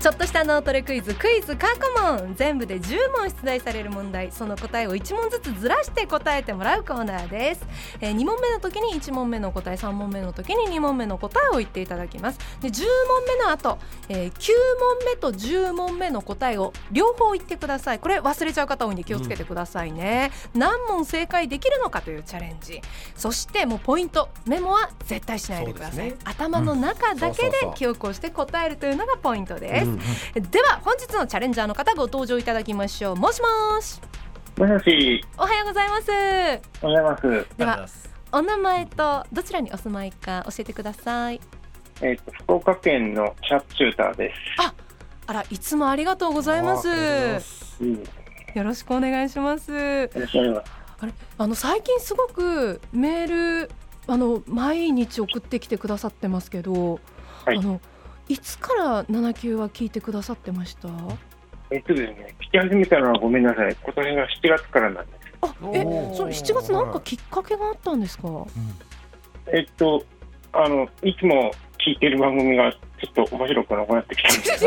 ちょっとした脳トレクイズ過去問、全部で10問出題される問題、その答えを1問ずつずらして答えてもらうコーナーです。2問目の時に1問目の答え、3問目の時に2問目の答えを言っていただきます。で10問目の後、9問目と10問目の答えを両方言ってください。これ忘れちゃう方多いんで気をつけてくださいね、何問正解できるのかというチャレンジ。そしてもうポイント、メモは絶対しないでください、頭の中だけで記憶をして答えるというのがポイントです。では本日のチャレンジャーの方ご登場いただきましょう。もしもし。 もしもし。 おはようございます。 おはようございます。 ではお名前とどちらにお住まいか教えてください。 福岡県のシャープシューターです。 あら、いつもありがとうございます。よろしくお願いします。よろしくお願いします。最近すごくメール毎日送ってきてくださってますけど、いつから7級は聞いてくださってました？ ですね、聞き始めたのはごめんなさい、今年の7月からなんです。 その7月なんかきっかけがあったんですか？ いつも聞いてる番組がちょっと面白くなくなってきたんです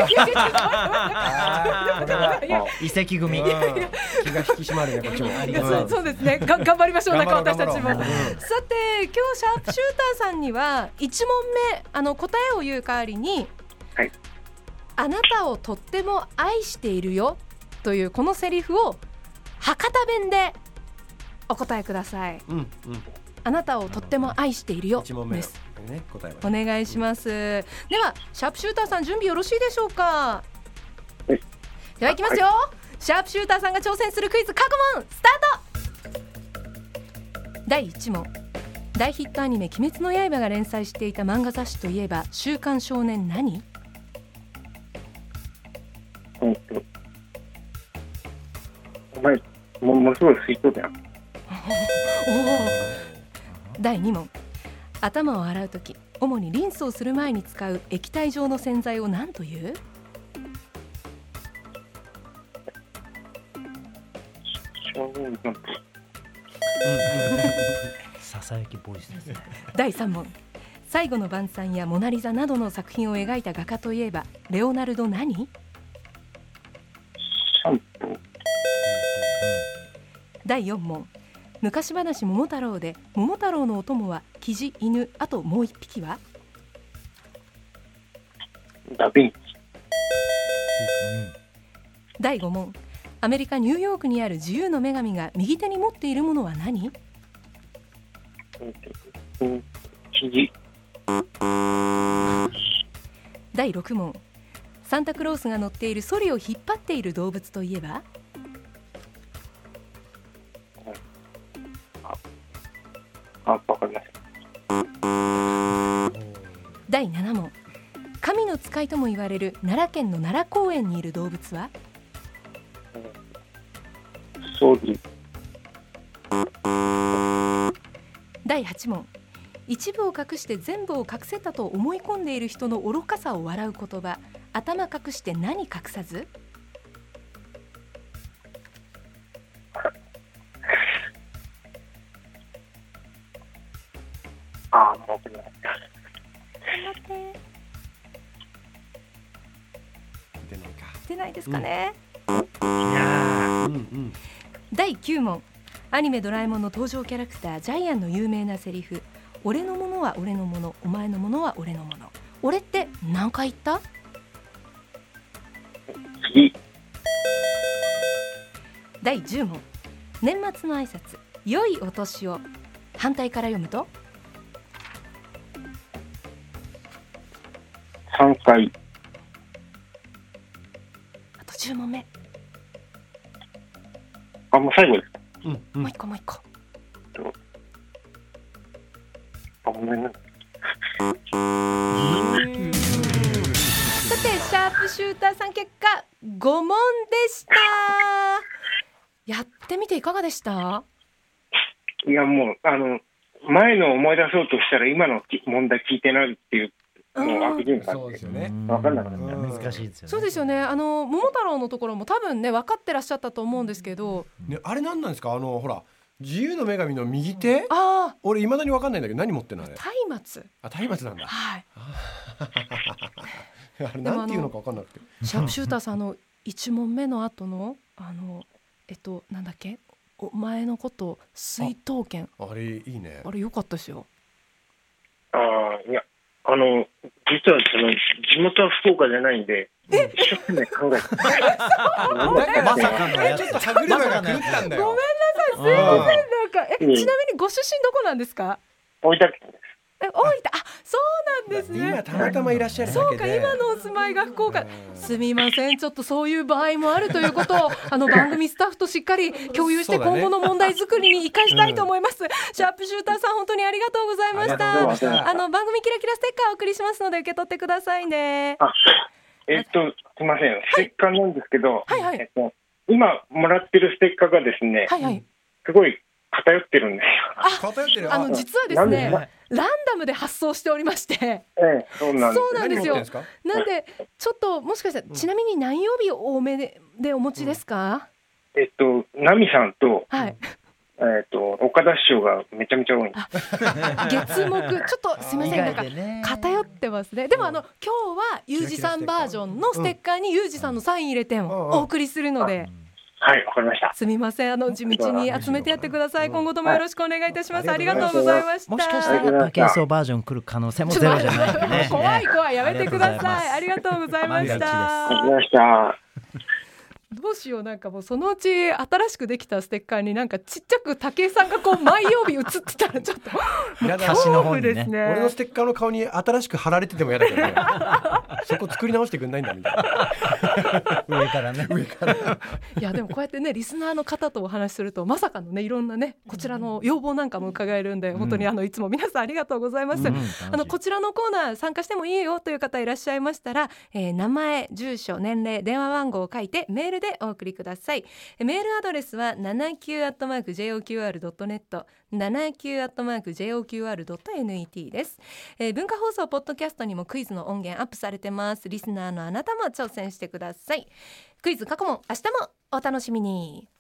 遺跡組、気が引き締まるね、こっちも。 そうですね、頑張りましょう、私たちも。さて、今日シャープシューターさんには1問目答えを言う代わりに、あなたをとっても愛しているよというこのセリフを博多弁でお答えください。あなたをとっても愛しているよです。答えお願いします。ではシャープシューターさん、準備よろしいでしょうか？ではいきますよ。シャープシューターさんが挑戦するクイズ過去問スタート。第1問、大ヒットアニメ鬼滅の刃が連載していた漫画雑誌といえば週刊少年何？ お前ものすごい水筒だよ。 第2問、頭を洗うとき主にリンスをする前に使う液体状の洗剤を何という？ ささやきボイスですね。 第3問、最後の晩餐やモナリザなどの作品を描いた画家といえばレオナルド何？ シャンプー。 第4問、昔話桃太郎で桃太郎のお供はキジ、犬、あともう一匹は？ ダヴィンチ。 第5問、アメリカ・ニューヨークにある自由の女神が右手に持っているものは何？ キジ。 第6問、サンタクロースが乗っているソリを引っ張っている動物といえば？ わかりました。 第7問、神の使いとも言われる奈良県の奈良公園にいる動物は？ ソリ。 第8問、一部を隠して全部を隠せたと思い込んでいる人の愚かさを笑う言葉、頭隠して何隠さず？ もう出ないですかね。第9問、アニメドラえもんの登場キャラクタージャイアンの有名なセリフ、俺のものは俺のもの、お前のものは俺のもの。俺って何回言った？第10問、年末の挨拶良いお年を反対から読むと 3回。 あと10問目。 もう最後です。 もう一個。 ごめんなささて、シャープシューターさん結果5問でした。やってみていかがでした？ いや、もう前の思い出そうとしたら今の問題聞いてないっていうもう悪循環で分かんなくなっちゃう。 難しいですよね。 そうですよね。桃太郎のところも多分ね分かってらっしゃったと思うんですけど、 あれ何なんですか？ほら自由の女神の右手、俺未だに分かんないんだけど何持ってんのあれ？ 松明。 松明なんだ。 はい。 あれなんていうのか分かんなくて、 シャープシューターさん1問目の後のなんだっけ、お前のこと水筒券、 あれいいね。 あれ良かったですよ。 いや実は地元は福岡じゃないんで一生懸命考えてまさかのやつ、 ちょっと歯車が狂ったんだよ。 ごめんなさい、すいません。なんかちなみにご出身どこなんですか？ 大分県です。 大分、そうなんですね。 今たまたまいらっしゃるだけで。 そうか、今のお住まいが福岡。すみません、ちょっとそういう場合もあるということを番組スタッフとしっかり共有して、今後の問題作りに生かしたいと思います。シャープシューターさん、本当にありがとうございました。番組キラキラステッカーをお送りしますので、受け取ってくださいね。 すみません、ステッカーなんですけど、 はいはい、 今もらってるステッカーがですね、 はいはい、 すごい偏ってるんですよ。 偏ってる。 実はですね、ランダムで発送しておりまして、 そうなんですよ。なんでちょっともしかしたら、ちなみに何曜日多めでお持ちですか？ ナミさんと、 はい、 岡田師匠がめちゃめちゃ多い。 月木、ちょっとすみません、なんか偏ってますね。でも今日はユージさんバージョンのステッカーにユージさんのサイン入れてお送りするので、 はい、わかりました。 すみません、地道に集めてやってください。今後ともよろしくお願いいたします。ありがとうございました。 もしかしたら竹磯バージョン来る可能性もゼロじゃないね。 怖い、やめてください。ありがとうございました。どうしよう、なんかもうそのうち新しくできたステッカーになんかちっちゃく武井さんが毎曜日写ってたらちょっと恐怖ですね。 俺のステッカーの顔に新しく貼られてても嫌だけどね。そこ作り直してくんないんだみたいな。 上からね。 いやでもこうやってね、リスナーの方とお話しするとまさかのね、いろんなね、こちらの要望なんかも伺えるんで、本当にいつも皆さんありがとうございます。こちらのコーナー参加してもいいよという方いらっしゃいましたら、名前、住所、年齢、電話番号を書いてメールでお送りください。メールアドレスは 79@joqr.net、 79@joqr.net です。文化放送ポッドキャストにもクイズの音源アップされてます。リスナーのあなたも挑戦してください。クイズ過去問、明日もお楽しみに。